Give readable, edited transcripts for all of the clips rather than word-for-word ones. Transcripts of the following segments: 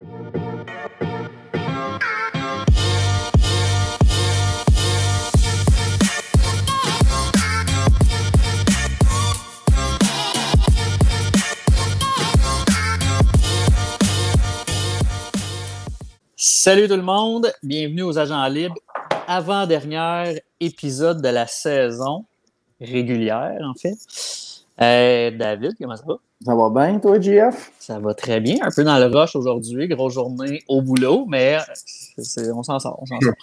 Salut tout le monde, bienvenue aux Agents Libres, avant-dernier épisode de la saison régulière en fait. David, comment ça va? Ça va bien toi, JF? Ça va très bien, un peu dans le rush aujourd'hui, grosse journée au boulot, mais on s'en sort.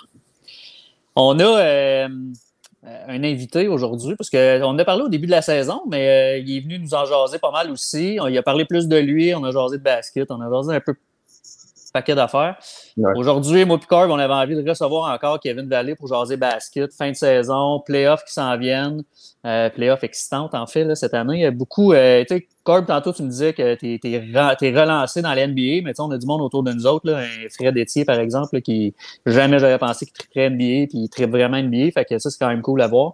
On a un invité aujourd'hui, parce qu'on a parlé au début de la saison, mais il est venu nous en jaser pas mal aussi. Il a parlé plus de lui, on a jasé de basket, on a jasé un peu paquet d'affaires. Ouais. Aujourd'hui, moi et Corb, on avait envie de recevoir encore Kevin Vallée pour jaser basket, fin de saison, playoffs qui s'en viennent, playoffs excitantes en fait là, cette année. Il y a beaucoup, tu sais, Corb, tantôt tu me disais que t'es relancé dans la NBA, mais on a du monde autour de nous autres, là, un Fred Etier par exemple, là, qui jamais j'aurais pensé qu'il triperait NBA, puis il tripe vraiment NBA, fait que ça c'est quand même cool à voir.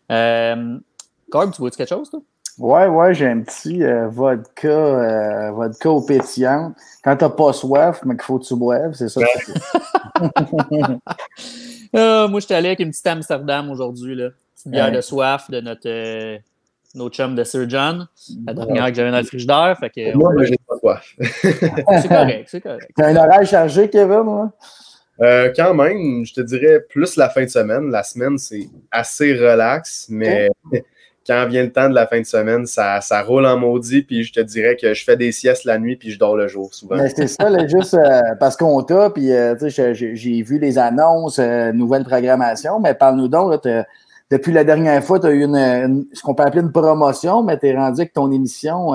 Corb, tu vois-tu quelque chose toi? Ouais, j'ai un petit vodka au pétillant. Quand t'as pas soif, mais qu'il faut que tu boives, c'est ça que tu fais. Moi, je suis allé avec une petite Amsterdam aujourd'hui, là. Petite bière de soif de notre chum de Sir John. La dernière que j'avais dans le frigidaire. Fait que, moi, j'ai pas soif. C'est correct. T'as un horaire chargé, Kevin, hein? Quand même, je te dirais plus la fin de semaine. La semaine, c'est assez relax, mais quand vient le temps de la fin de semaine, ça roule en maudit, puis je te dirais que je fais des siestes la nuit, puis je dors le jour, souvent. Mais c'est ça, là, juste parce qu'on t'a, puis j'ai vu les annonces, nouvelle programmation, mais parle-nous donc, là, depuis la dernière fois, tu as eu ce qu'on peut appeler une promotion, mais tu es rendu avec ton émission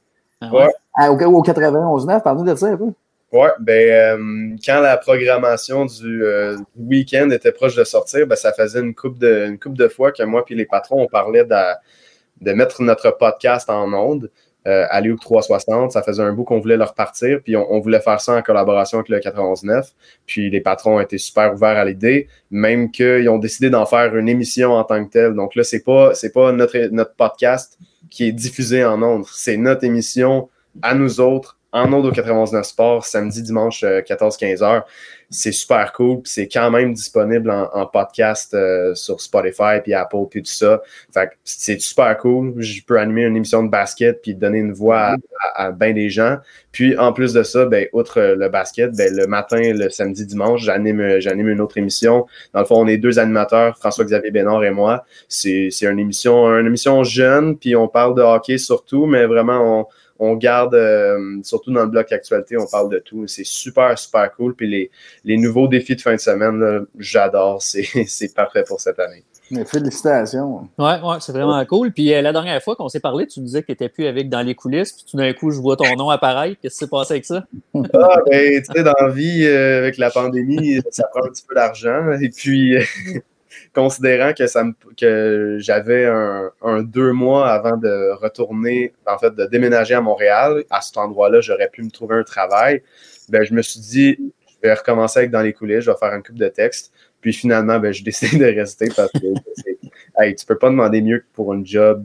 au 91.9. Parle-nous de ça un peu. Oui, quand la programmation du week-end était proche de sortir, ça faisait une couple de fois que moi et les patrons, on parlait de mettre notre podcast en ondes à Alley-Oop 360. Ça faisait un bout qu'on voulait leur partir, puis on voulait faire ça en collaboration avec le 91.9. Puis les patrons ont été super ouverts à l'idée, même qu'ils ont décidé d'en faire une émission en tant que telle. Donc là, c'est pas notre podcast qui est diffusé en ondes. C'est notre émission à nous autres, en ondes au 91.9 Sport, samedi, dimanche, 14-15 heures. C'est super cool, puis c'est quand même disponible en podcast sur Spotify, puis Apple, puis tout ça. Fait que c'est super cool. Je peux animer une émission de basket, puis donner une voix à bien des gens. Puis en plus de ça, outre le basket, le matin, le samedi, dimanche, j'anime une autre émission. Dans le fond, on est deux animateurs, François-Xavier Bénard et moi. C'est une émission jeune, puis on parle de hockey surtout, mais vraiment, on garde, surtout dans le bloc actualité, on parle de tout. C'est super, super cool. Puis les nouveaux défis de fin de semaine, là, j'adore. C'est parfait pour cette année. Mais félicitations. Ouais, c'est vraiment cool. Puis la dernière fois qu'on s'est parlé, tu disais que tu n'étais plus dans les coulisses. Puis tout d'un coup, je vois ton nom apparaître. Qu'est-ce qui s'est passé avec ça? Tu sais, dans la vie, avec la pandémie, ça prend un petit peu d'argent. Et puis... considérant que j'avais un 2 mois avant de retourner, en fait, de déménager à Montréal, à cet endroit-là, j'aurais pu me trouver un travail. Je me suis dit, je vais recommencer avec dans les coulisses, je vais faire une couple de textes. Puis finalement, je décide de rester parce que tu peux pas demander mieux que pour une job.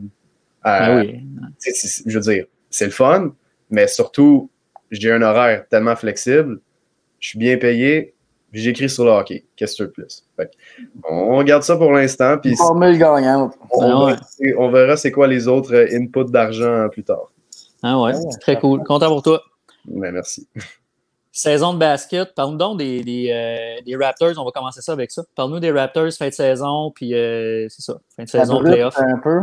Je veux dire, c'est le fun, mais surtout, j'ai un horaire tellement flexible, je suis bien payé. Puis j'écris sur le hockey. Qu'est-ce que tu veux plus? Fait on garde ça pour l'instant. Puis formule gagnante. On verra c'est quoi les autres inputs d'argent plus tard. Ah ouais, c'est très cool. Content pour toi. Merci. Saison de basket. Parle-nous donc des Raptors. On va commencer ça avec ça. Parle-nous des Raptors fin de saison. Puis c'est ça. Fin de saison, playoff. Un peu.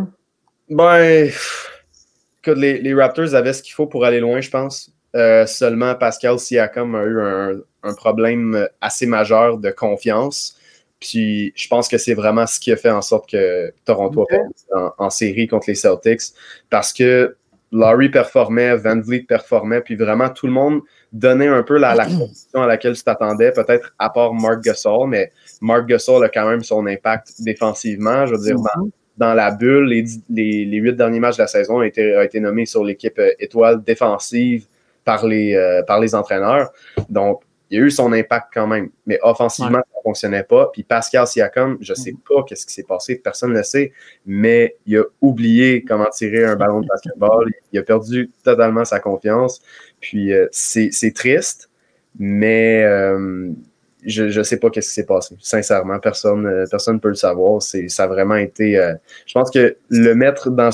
Écoute, les Raptors avaient ce qu'il faut pour aller loin, je pense. Seulement Pascal Siakam a eu un problème assez majeur de confiance. Puis je pense que c'est vraiment ce qui a fait en sorte que Toronto a perdu en série contre les Celtics. Parce que Lowry performait, Van Vliet performait, puis vraiment tout le monde donnait un peu la condition à laquelle tu t'attendais, peut-être à part Marc Gasol, mais Marc Gasol a quand même son impact défensivement. Je veux dire, dans la bulle, les 8 derniers matchs de la saison ont été nommés sur l'équipe étoile défensive par les entraîneurs. Donc, il y a eu son impact quand même. Mais offensivement, ça ne fonctionnait pas. Puis Pascal Siakam, je ne sais pas qu'est-ce qui s'est passé, personne ne le sait, mais il a oublié comment tirer un ballon de basketball. Il a perdu totalement sa confiance. Puis c'est triste, mais je ne sais pas qu'est-ce qui s'est passé. Sincèrement, personne ne peut le savoir. Ça a vraiment été... je pense que le mettre dans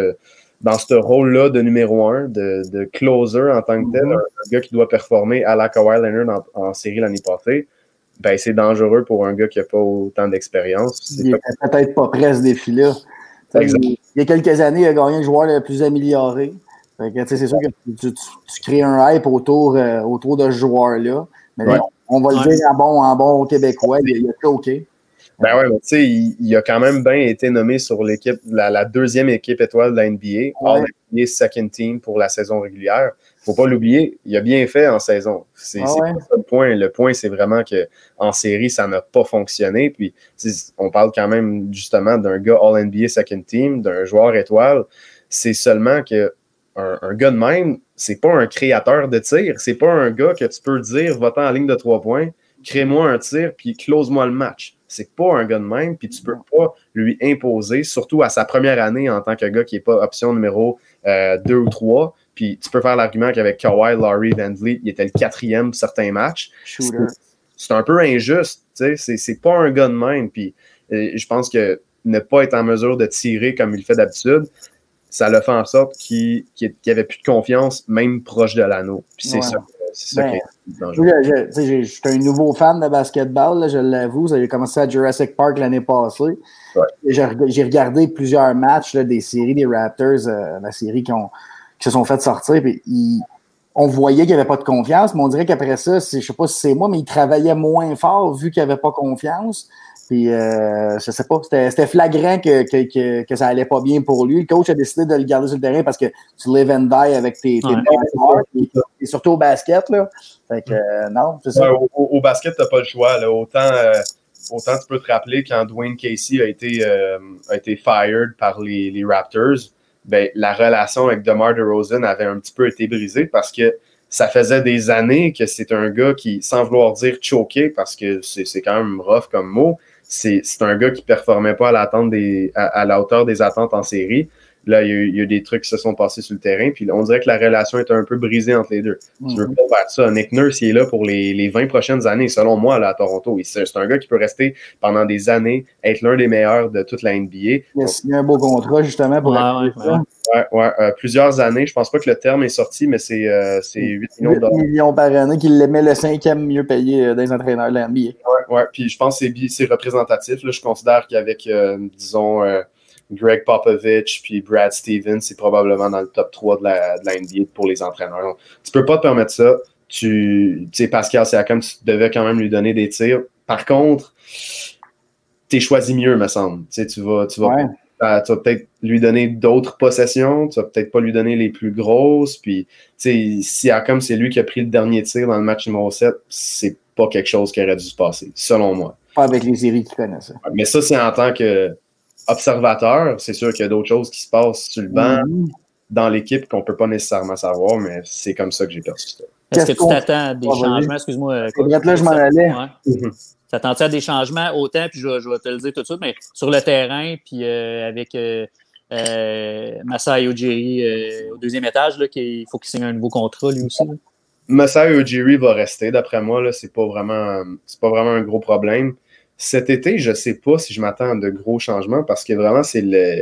ce rôle-là de numéro 1, de closer en tant que tel, un gars qui doit performer à la Kawhi Leonard en série l'année passée, ben c'est dangereux pour un gars qui n'a pas autant d'expérience. Il n'est peut-être pas prêt à ce défi-là. Il y a quelques années, il a gagné le joueur le plus amélioré. C'est sûr que tu crées un hype autour de ce joueur-là. Mais là, on va le dire en bon québécois, il a choqué. Ben ouais, mais tu sais, il a quand même bien été nommé sur l'équipe, la deuxième équipe étoile de la NBA, All-NBA Second Team pour la saison régulière. Faut pas l'oublier, il a bien fait en saison. C'est pas ça le point. Le point, c'est vraiment qu'en série, ça n'a pas fonctionné. Puis, on parle quand même justement d'un gars All-NBA Second Team, d'un joueur étoile. C'est seulement que un gars de même, c'est pas un créateur de tir. C'est pas un gars que tu peux dire, va-t'en en ligne de 3 points, crée-moi un tir, puis close-moi le match. C'est pas un gars de même, puis tu peux pas lui imposer, surtout à sa première année en tant que gars qui n'est pas option numéro 2 ou 3. Puis tu peux faire l'argument qu'avec Kawhi, Laurie, VanVleet, il était le 4e pour certains matchs. C'est un peu injuste, tu sais. C'est pas un gars de même. Puis je pense que ne pas être en mesure de tirer comme il fait d'habitude, ça l'a fait en sorte qu'il avait plus de confiance, même proche de l'anneau. Puis c'est ça qui est dangereux. Je suis un nouveau fan de basketball, là, je l'avoue. J'ai commencé à Jurassic Park l'année passée. Ouais. J'ai regardé plusieurs matchs là, des séries des Raptors, la série qui se sont fait sortir. Puis on voyait qu'il n'y avait pas de confiance, mais on dirait qu'après ça, je ne sais pas si c'est moi, mais il travaillait moins fort vu qu'il n'y avait pas confiance. Puis, je sais pas, c'était flagrant que ça allait pas bien pour lui. Le coach a décidé de le garder sur le terrain parce que tu live and die avec tes joueurs, et surtout au basket, là. Fait que, non, c'est ça. Ouais, au basket, t'as pas le choix, là. Autant tu peux te rappeler quand Dwayne Casey a été fired par les Raptors, ben, la relation avec DeMar DeRozan avait un petit peu été brisée parce que ça faisait des années que c'est un gars qui, sans vouloir dire choqué, parce que c'est quand même rough comme mot, c'est un gars qui ne performait pas à la hauteur des attentes en série. Là, il y a eu des trucs qui se sont passés sur le terrain, puis on dirait que la relation est un peu brisée entre les deux. Tu veux pas faire ça. Nick Nurse, il est là pour les 20 prochaines années, selon moi, là, à Toronto. C'est un gars qui peut rester pendant des années, être l'un des meilleurs de toute la NBA. Il a signé un beau contrat, justement, pour plusieurs années. Je pense pas que le terme est sorti, mais c'est 8 millions de dollars. 8 millions par année, qu'il l'aimait le 5e mieux payé des entraîneurs de la NBA. Puis je pense que c'est représentatif. Là, je considère qu'avec, disons, Greg Popovich puis Brad Stevens, c'est probablement dans le top 3 de la NBA pour les entraîneurs. Donc, tu peux pas te permettre ça. Tu sais, Pascal Siakam, tu devais quand même lui donner des tirs. Par contre, t'es choisi mieux, me semble. Tu sais, tu vas peut-être lui donner d'autres possessions, tu vas peut-être pas lui donner les plus grosses. Puis, tu sais, Siakam, c'est lui qui a pris le dernier tir dans le match numéro 7. C'est pas quelque chose qui aurait dû se passer, selon moi. Pas avec les séries qui connaissent ça. Mais ça, c'est en tant qu'observateur. C'est sûr qu'il y a d'autres choses qui se passent sur le banc, dans l'équipe, qu'on peut pas nécessairement savoir, mais c'est comme ça que j'ai perçu ça. Est-ce que tu t'attends à des changements? Excuse-moi. Là, je m'en allais. T'attends-tu à des changements autant, puis je vais te le dire tout de suite, mais sur le terrain, puis avec Masai Ujiri au 2e étage, là, il faut qu'il signe un nouveau contrat, lui aussi. Là. Masai Ujiri va rester, d'après moi, là, c'est pas vraiment un gros problème. Cet été, je sais pas si je m'attends à de gros changements parce que vraiment, c'est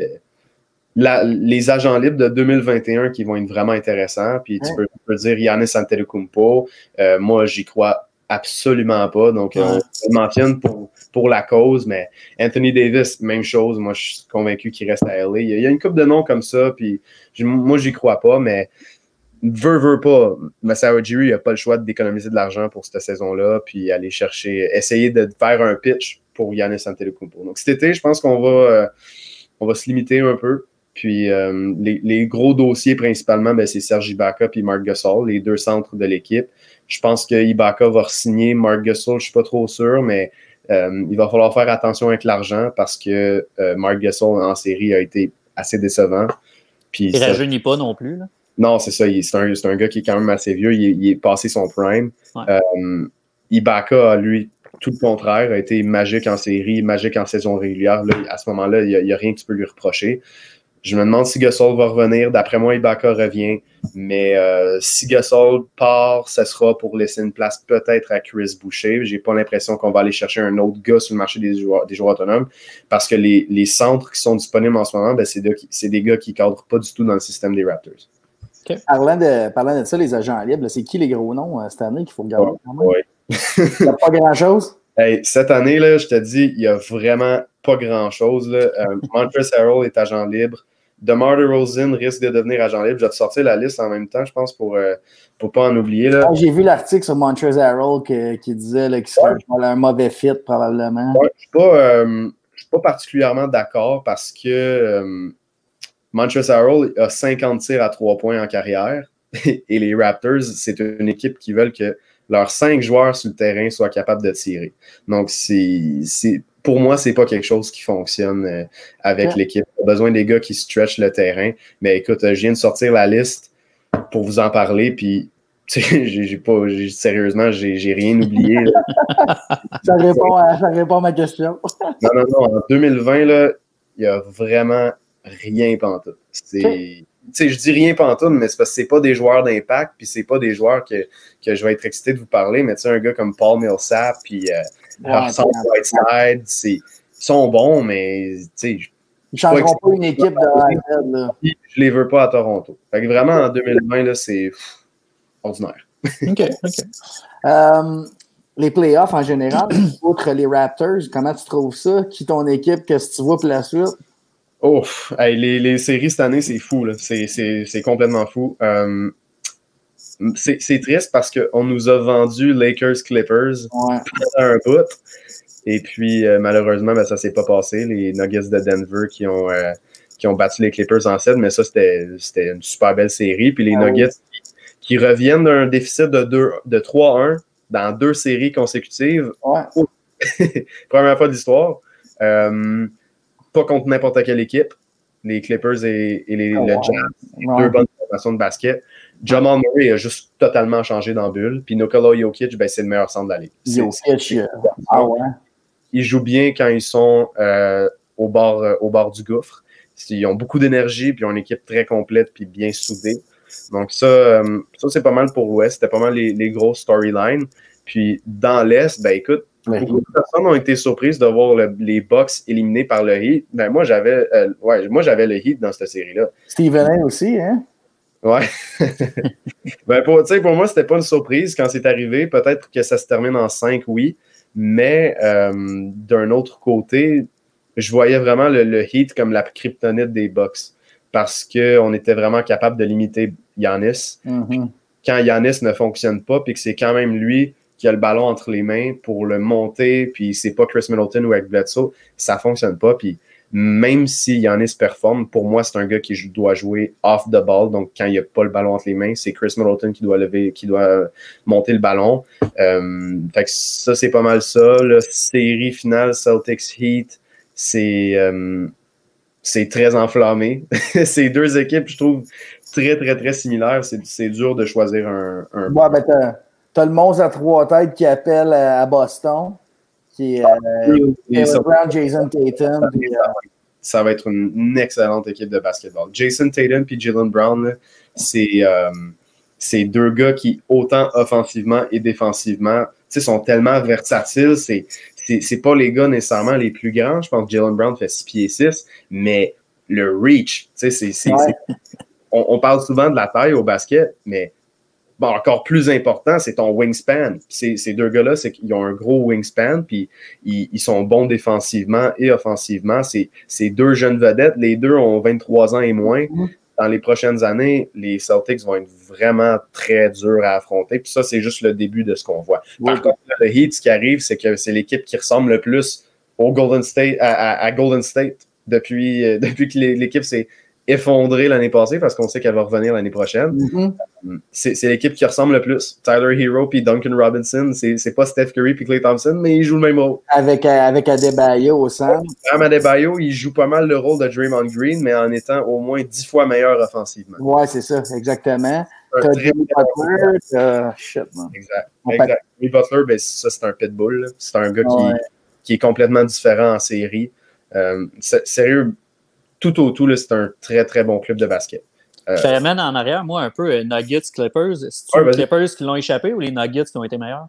les agents libres de 2021 qui vont être vraiment intéressants. Puis tu peux dire Giannis Antetokounmpo. Moi, j'y crois absolument pas. Donc, on le mentionne pour la cause, mais Anthony Davis, même chose. Moi, je suis convaincu qu'il reste à LA. Il y a une couple de noms comme ça, puis moi, j'y crois pas, mais veut pas. Masai Ujiri n'a pas le choix d'économiser de l'argent pour cette saison-là, puis essayer de faire un pitch pour Giannis Antetokounmpo. Donc, cet été, je pense qu'on va se limiter un peu. Puis, les gros dossiers, principalement, c'est Serge Ibaka et Marc Gasol, les 2 centres de l'équipe. Je pense que Ibaka va re-signer. Marc Gasol, je suis pas trop sûr, mais il va falloir faire attention avec l'argent parce que Marc Gasol, en série, a été assez décevant. Puis, il ne rajeunit pas non plus, là. Non, c'est ça. C'est un gars qui est quand même assez vieux. Il est passé son prime. Ouais. Ibaka, lui, tout le contraire, a été magique en série, magique en saison régulière. Là, à ce moment-là, il n'y a rien que tu peux lui reprocher. Je me demande si Gasol va revenir. D'après moi, Ibaka revient. Mais si Gasol part, ce sera pour laisser une place peut-être à Chris Boucher. J'ai pas l'impression qu'on va aller chercher un autre gars sur le marché des joueurs autonomes parce que les centres qui sont disponibles en ce moment, ben, c'est des gars qui ne cadrent pas du tout dans le système des Raptors. Okay. Parlant de ça, les agents libres, c'est qui les gros noms cette année qu'il faut regarder quand même? Ouais. Il n'y a pas grand-chose? Hey, cette année, là, je te dis, il n'y a vraiment pas grand-chose. Montrezl Harrell est agent libre. DeMar DeRozan risque de devenir agent libre. Je vais te sortir la liste en même temps, je pense, pour pas en oublier. Là. J'ai vu l'article sur Montrezl Harrell qui disait qu'il serait un mauvais fit, probablement. Ouais, je suis pas particulièrement d'accord parce que Montrezl Harrell a 50 tirs à 3 points en carrière et les Raptors, c'est une équipe qui veulent que leurs 5 joueurs sur le terrain soient capables de tirer. Donc, pour moi, c'est pas quelque chose qui fonctionne avec l'équipe. On a besoin des gars qui stretchent le terrain. Mais écoute, je viens de sortir la liste pour vous en parler, puis sérieusement, j'ai rien oublié. Ça répond à ma question. Non. En 2020, là, il y a vraiment rien pantoute. Je dis rien pantoute, mais c'est parce que c'est pas des joueurs d'impact, puis c'est pas des joueurs que je vais être excité de vous parler, mais tu sais, un gars comme Paul Millsap, puis Hassan Whiteside, ils sont bons, mais tu sais, ils changeront pas une équipe de là. Je les veux pas à Toronto. Fait que vraiment, en 2020, là, c'est ordinaire. OK. Les playoffs en général, outre les Raptors, comment tu trouves ça? Qui ton équipe? Qu'est-ce que tu vois pour la suite? Oh, hey, les séries cette année, c'est fou. Là. C'est complètement fou. C'est triste parce qu'on nous a vendu Lakers-Clippers pendant un bout. Et puis, malheureusement, ben, ça ne s'est pas passé. Les Nuggets de Denver qui ont battu les Clippers en 7, mais ça, c'était une super belle série. Puis les Nuggets qui reviennent d'un déficit de 3-1 dans 2 séries consécutives. Première fois de l'histoire. Pas contre n'importe quelle équipe. Les Clippers et le Jazz. 2 bonnes formations de basket. Jamal Murray a juste totalement changé dans la bulle. Puis Nikola Jokic, ben, c'est le meilleur centre de la ligue. Ils jouent bien quand ils sont au bord du gouffre. Ils ont beaucoup d'énergie, puis ils ont une équipe très complète, puis bien soudée. Donc ça c'est pas mal pour l'Ouest. C'était pas mal les grosses storylines. Puis dans l'Est, ben écoute, beaucoup de personnes ont été surprises de voir les Bucks éliminés par le Heat. Ben moi, j'avais le Heat dans cette série-là. Steven A aussi, hein? Ouais. Ben pour moi, c'était pas une surprise quand c'est arrivé. Peut-être que ça se termine en 5, oui. Mais d'un autre côté, je voyais vraiment le Heat comme la kryptonite des Bucks. Parce qu'on était vraiment capable de limiter Giannis. Mm-hmm. Quand Giannis ne fonctionne pas, puis que c'est quand même lui qui a le ballon entre les mains pour le monter, puis c'est pas Chris Middleton ou Eric Bledsoe, ça fonctionne pas. Puis même si Giannis performe, pour moi, c'est un gars qui doit jouer off the ball. Donc, quand il n'y a pas le ballon entre les mains, c'est Chris Middleton qui doit monter le ballon. Fait que ça, c'est pas mal ça. La série finale, Celtics Heat, c'est très enflammé. C'est 2 équipes, je trouve, très, très, très similaires. C'est dur de choisir un... Ouais, ben t'as le monstre à 3 têtes qui appelle à Boston, qui est Brown, Jason Tatum. Ça va être une excellente équipe de basketball. Jason Tatum et Jaylen Brown, là, c'est 2 gars qui, autant offensivement et défensivement, sont tellement versatiles. C'est pas les gars nécessairement les plus grands. Je pense que Jaylen Brown fait 6 pieds 6, mais le reach, on parle souvent de la taille au basket, mais bon, encore plus important, c'est ton wingspan. Ces 2 gars-là, c'est qu'ils ont un gros wingspan, puis ils sont bons défensivement et offensivement. C'est 2 jeunes vedettes. Les 2 ont 23 ans et moins. Dans les prochaines années, les Celtics vont être vraiment très durs à affronter. Puis ça, c'est juste le début de ce qu'on voit. Par contre, le Heat, ce qui arrive, c'est que c'est l'équipe qui ressemble le plus au Golden State, à Golden State depuis que l'équipe s'est effondrée l'année passée, parce qu'on sait qu'elle va revenir l'année prochaine. C'est l'équipe qui ressemble le plus. Tyler Hero puis Duncan Robinson, c'est pas Steph Curry puis Klay Thompson, mais ils jouent le même rôle. Avec Adebayo au centre. Adebayo, il joue pas mal le rôle de Draymond Green, mais en étant au moins 10 fois meilleur offensivement. Ouais, c'est ça, exactement. T'as Jimmy Butler, shit, man. Exact. Jimmy Butler, ben, ça, c'est un pitbull. C'est un gars qui est complètement différent en série. Sérieux, tout au tout, là, c'est un très, très bon club de basket. Je te ramène en arrière, moi, un peu Nuggets Clippers. C'est-tu les Clippers qui l'ont échappé ou les Nuggets qui ont été meilleurs?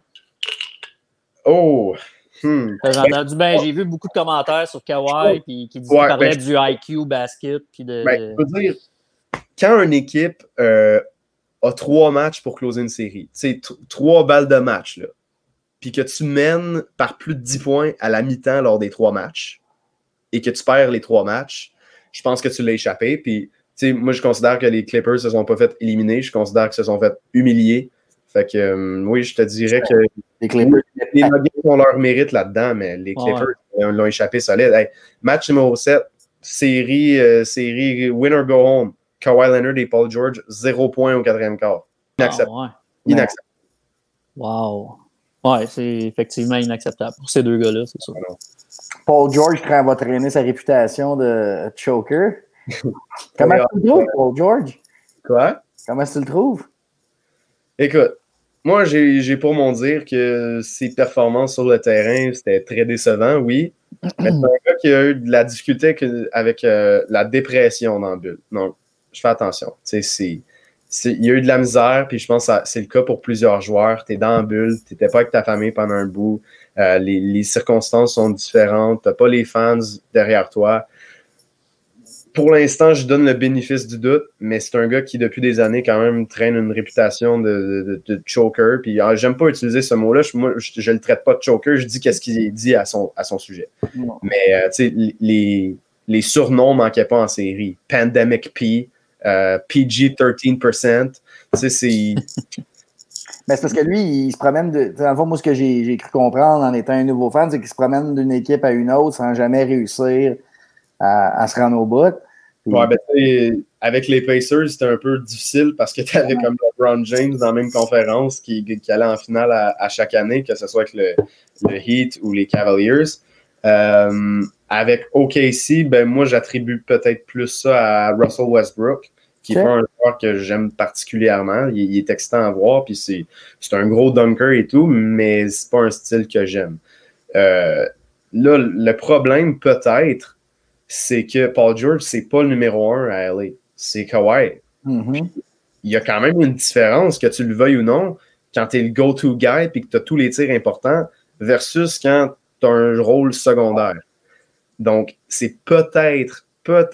Oh! J'ai entendu, j'ai vu beaucoup de commentaires sur Kawhi qui parlaient du IQ basket. Puis je veux dire, quand une équipe a 3 matchs pour closer une série, tu sais, 3 balles de match, là, puis que tu mènes par plus de 10 points à la mi-temps lors des 3 matchs et que tu perds les 3 matchs, je pense que tu l'as échappé. Puis, tu sais, moi, je considère que les Clippers se sont pas fait éliminer. Je considère qu'ils se sont fait humilier. Fait que, oui, je te dirais que les Nuggets ont leur mérite là-dedans, mais les Clippers l'ont échappé solide. Hey, match numéro 7, série winner go home. Kawhi Leonard et Paul George, 0 points au 4e quart. Inacceptable. Inacceptable. Wow. Ouais, c'est effectivement inacceptable pour ces deux gars-là, c'est sûr. Paul George, quand va traîner sa réputation de choker. Comment tu le trouves, Paul George? Quoi? Comment tu le trouves? Écoute, moi, j'ai pour mon dire que ses performances sur le terrain, c'était très décevant, oui. Mais c'est un gars qui a eu de la difficulté avec la dépression dans le bulle. Donc, je fais attention. Tu sais, il y a eu de la misère, puis je pense que c'est le cas pour plusieurs joueurs. Tu es dans la bulle, tu n'étais pas avec ta famille pendant un bout. Les circonstances sont différentes. Tu n'as pas les fans derrière toi. Pour l'instant, je donne le bénéfice du doute, mais c'est un gars qui, depuis des années, quand même, traîne une réputation de choker. Puis, j'aime pas utiliser ce mot-là. Moi, je le traite pas de choker. Je dis qu'est-ce qu'il dit à son sujet. Non. Mais, tu sais, les surnoms manquaient pas en série. Pandemic P, PG 13%. Tu sais, c'est... Mais c'est parce que lui, il se promène dans le fond, moi, ce que j'ai cru comprendre en étant un nouveau fan, c'est qu'il se promène d'une équipe à une autre sans jamais réussir à se rendre au bout. Puis... Ouais, ben, avec les Pacers, c'était un peu difficile parce que tu avais comme LeBron James dans la même conférence qui allait en finale à chaque année, que ce soit avec le Heat ou les Cavaliers. Avec OKC, ben moi, j'attribue peut-être plus ça à Russell Westbrook, qui est pas un joueur que j'aime particulièrement. Il est excitant à voir, puis c'est un gros dunker et tout, mais c'est pas un style que j'aime. Là, le problème, peut-être, c'est que Paul George, c'est pas le numéro 1 à LA. C'est Kawhi. Mm-hmm. Il y a quand même une différence, que tu le veuilles ou non, quand tu es le go-to guy et que tu as tous les tirs importants versus quand tu as un rôle secondaire. Donc, c'est peut-être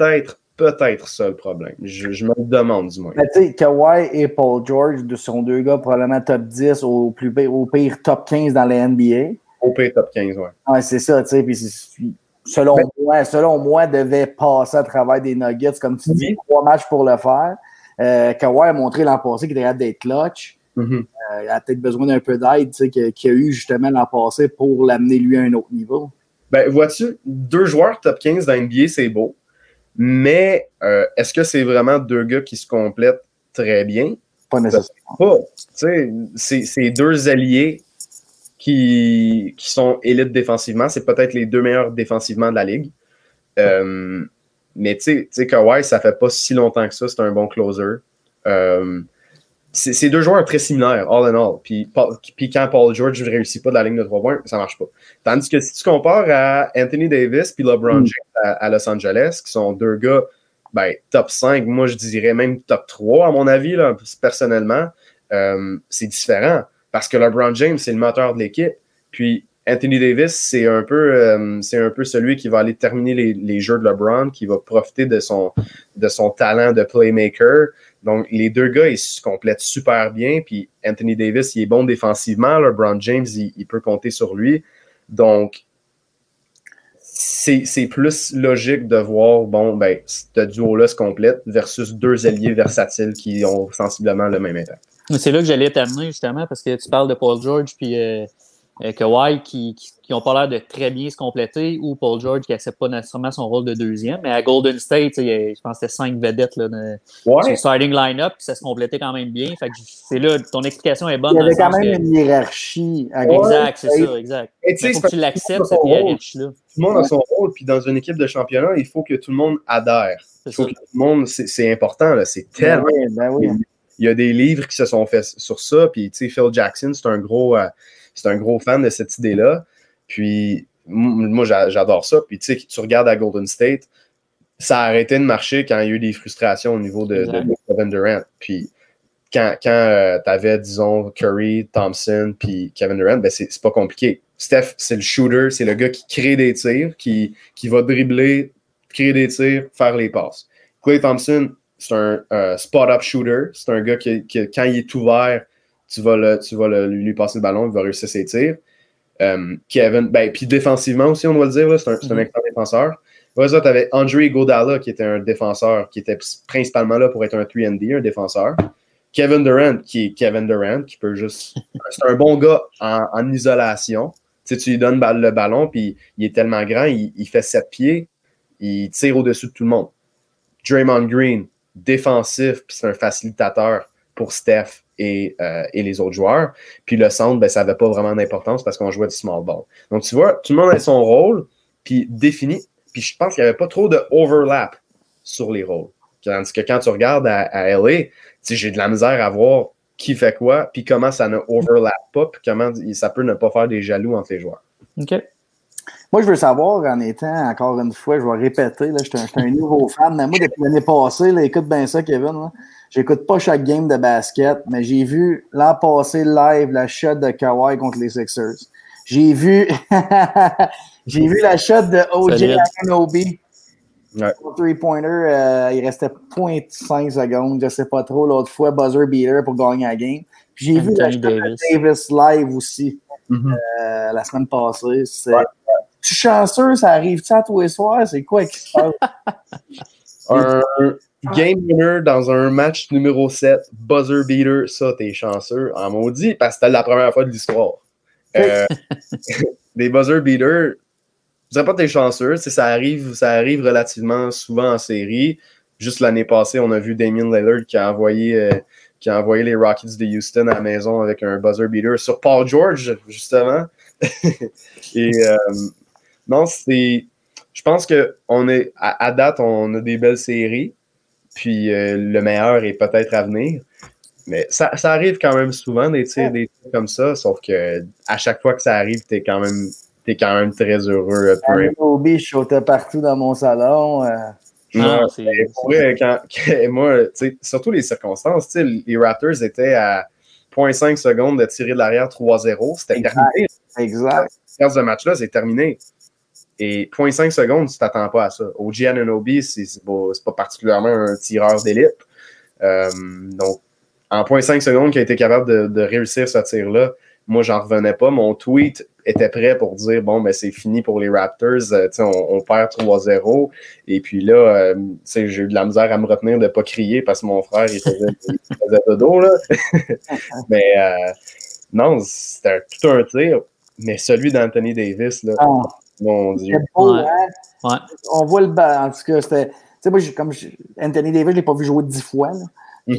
ça le problème. Je me le demande du moins. Tu sais, Kawhi et Paul George sont 2 gars probablement top 10 au pire top 15 dans la NBA. Au pire top 15, ouais. Ouais, c'est ça, tu sais. Puis selon moi, devait passer à travers des Nuggets, comme tu dis, 3 matchs pour le faire. Kawhi a montré l'an passé qu'il était capable d'être clutch. Mm-hmm. Il a peut-être besoin d'un peu d'aide, tu sais, qu'il a eu justement l'an passé pour l'amener lui à un autre niveau. Ben, vois-tu, 2 joueurs top 15 dans NBA, c'est beau. Mais est-ce que c'est vraiment 2 gars qui se complètent très bien? Pas nécessairement. Pas. Tu sais, c'est 2 alliés qui sont élites défensivement. C'est peut-être les 2 meilleurs défensivement de la ligue. Mais tu sais, Kawhi, ça fait pas si longtemps que ça. C'est un bon closer. C'est 2 joueurs très similaires, all in all. Puis quand Paul George ne réussit pas de la ligne de 3 points, ça marche pas. Tandis que si tu compares à Anthony Davis puis LeBron James à Los Angeles, qui sont 2 gars top 5, moi je dirais même top 3 à mon avis, là, personnellement, c'est différent. Parce que LeBron James, c'est le moteur de l'équipe. Puis Anthony Davis, c'est un peu celui qui va aller terminer les jeux de LeBron, qui va profiter de son talent de playmaker. Donc, les 2 gars, ils se complètent super bien. Puis Anthony Davis, il est bon défensivement. LeBron James, il peut compter sur lui. Donc, c'est plus logique de voir, ce duo-là se complète versus 2 alliés versatiles qui ont sensiblement le même impact. C'est là que j'allais t'amener, justement, parce que tu parles de Paul George puis Kawhi qui ont pas l'air de très bien se compléter, ou Paul George qui n'accepte pas nécessairement son rôle de 2e. Mais à Golden State, je pense que c'était 5 vedettes là, sur le starting line-up, puis ça se complétait quand même bien. Fait que c'est là, ton explication est bonne. Il y avait quand même une hiérarchie. Exact, c'est ça, exact. Il faut que tu l'acceptes, cette hiérarchie-là. Tout le monde a son rôle, puis dans une équipe de championnat, il faut que tout le monde adhère. Il faut que tout le monde, c'est important, là, c'est tellement... Oui. Il y a des livres qui se sont faits sur ça, puis tu sais, Phil Jackson, c'est un gros fan de cette idée-là. Puis moi, j'adore ça. Puis tu sais, tu regardes à Golden State, ça a arrêté de marcher quand il y a eu des frustrations au niveau de Kevin Durant. Puis quand tu avais, disons, Curry, Thompson, puis Kevin Durant, ben c'est pas compliqué. Steph, c'est le shooter, c'est le gars qui crée des tirs, qui va dribbler, créer des tirs, faire les passes. Klay Thompson, c'est un spot-up shooter. C'est un gars qui, quand il est ouvert, tu vas lui passer le ballon, il va réussir ses tirs. Kevin, ben, puis défensivement aussi, on doit le dire, là, c'est un excellent défenseur. Ouais, ça, tu avais Andre Iguodala, qui était un défenseur, qui était principalement là pour être un 3&D, un défenseur. Kevin Durant, qui peut juste... C'est un bon gars en isolation. Tu sais, tu lui donnes le ballon, puis il est tellement grand, il fait 7 pieds, il tire au-dessus de tout le monde. Draymond Green, défensif, puis c'est un facilitateur pour Steph et les autres joueurs. Puis le centre, ben, ça n'avait pas vraiment d'importance parce qu'on jouait du small ball. Donc, tu vois, tout le monde a son rôle, puis défini. Puis je pense qu'il n'y avait pas trop de overlap sur les rôles. Tandis que quand tu regardes à LA, j'ai de la misère à voir qui fait quoi, puis comment ça ne overlap pas, puis comment ça peut ne pas faire des jaloux entre les joueurs. OK. Moi, je veux savoir, en étant, encore une fois, je vais répéter, là, je suis un nouveau fan. Moi, depuis l'année passée, là, écoute bien ça, Kevin. Là, j'écoute pas chaque game de basket, mais j'ai vu l'an passé live la shot de Kawhi contre les Sixers. J'ai vu la shot de OJ Anunoby. Ouais. Au three-pointer, il restait 0.5 secondes, je sais pas trop, l'autre fois, buzzer beater pour gagner la game. Puis j'ai vu la shot de Davis live aussi la semaine passée. Tu es chanceux, ça arrive-tu à tous les soirs? C'est quoi qui se passe? Un game winner dans un match numéro 7, buzzer beater, ça, t'es chanceux. En maudit, parce que c'était la première fois de l'histoire. Des buzzer beaters, je dirais pas que t'es chanceux, ça arrive relativement souvent en série. Juste l'année passée, on a vu Damian Lillard qui a envoyé les Rockets de Houston à la maison avec un buzzer beater sur Paul George, justement. Et non, je pense que à date, on a des belles séries, puis le meilleur est peut-être à venir. Mais ça arrive quand même souvent des tirs comme ça, sauf que à chaque fois que ça arrive, t'es quand même très heureux. Anunoby, je sautais partout dans mon salon. Moi, surtout les circonstances, les Raptors étaient à 0.5 secondes de tirer de l'arrière 3-0. C'était terminé. Exact. Ce match-là, c'est terminé. Et 0.5 secondes, tu t'attends pas à ça. OG Anunoby, c'est pas particulièrement un tireur d'élite. Donc, en 0.5 secondes, qui a été capable de réussir ce tir-là, moi, j'en revenais pas. Mon tweet était prêt pour dire, bon, ben c'est fini pour les Raptors. On perd 3-0. Et puis là, j'ai eu de la misère à me retenir de ne pas crier parce que mon frère, il faisait dodo, là. Mais non, c'était tout un tir. Mais celui d'Anthony Davis, là, mon Dieu. Beau, hein? Ouais. On voit le bas. En tout cas, c'était. Tu sais, moi, Anthony Davis, je ne l'ai pas vu jouer 10 fois, là.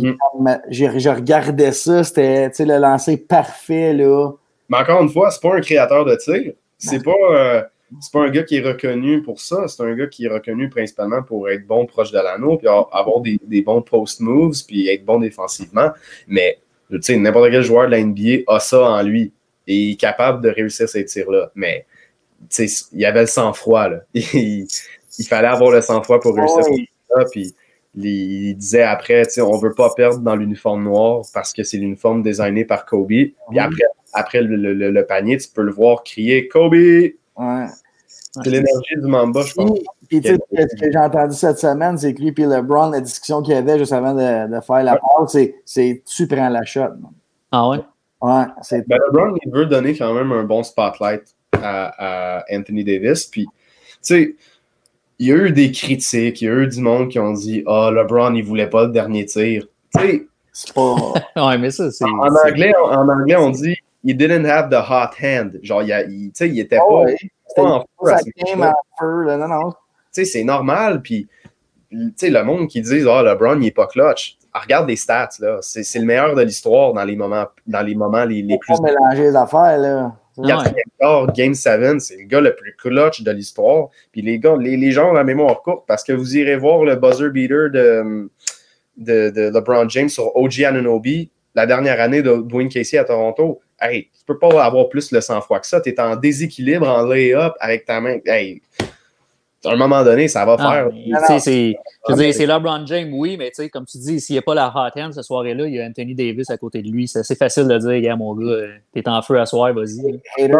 Je regardais ça, c'était le lancer parfait, là. Mais encore une fois, c'est pas un créateur de tir. C'est pas un gars qui est reconnu pour ça. C'est un gars qui est reconnu principalement pour être bon proche de l'anneau, puis avoir des bons post-moves, puis être bon défensivement. Mais, tu sais, n'importe quel joueur de la NBA a ça en lui. Et il est capable de réussir ces tirs-là. Mais, tu sais, il y avait le sang-froid, là. Il fallait avoir le sang-froid pour réussir ces tirs-là, puis il disait après, tu sais, on veut pas perdre dans l'uniforme noir parce que c'est l'uniforme designé par Kobe. Puis après le panier, tu peux le voir crier Kobe. Ouais. C'est l'énergie du Mamba, je pense. Puis tu sais, ce que j'ai entendu cette semaine, c'est que lui et LeBron, la discussion qu'il y avait juste avant de faire la passe, c'est tu prends la shot. Ah ouais? Ouais. LeBron, il veut donner quand même un bon spotlight à Anthony Davis. Puis, tu sais, il y a eu des critiques, il y a eu du monde qui ont dit « Ah, LeBron, il voulait pas le dernier tir. » Tu sais, c'est pas... ouais, mais ça, c'est... En anglais, on dit « He didn't have the hot hand. » Genre, il était pas... C'était en feu. Non. Tu sais, c'est normal. Puis, tu sais, le monde qui dit « Ah, LeBron, il est pas clutch. » Regarde les stats, là. C'est le meilleur de l'histoire dans les moments les plus... On mélanger les affaires, là. Game 7, c'est le gars le plus clutch de l'histoire. Puis les gars, les gens ont la mémoire courte parce que vous irez voir le buzzer beater de LeBron James sur OG Anunoby la dernière année de Dwayne Casey à Toronto. Hey, tu peux pas avoir plus le sang-froid que ça. Tu es en déséquilibre, en lay-up avec ta main. Hey, à un moment donné, ça va faire. C'est LeBron James, oui, mais comme tu dis, s'il n'y a pas la hot hand ce soirée-là, il y a Anthony Davis à côté de lui. C'est assez facile de dire, gars, mon gars, t'es en feu à soir, vas-y.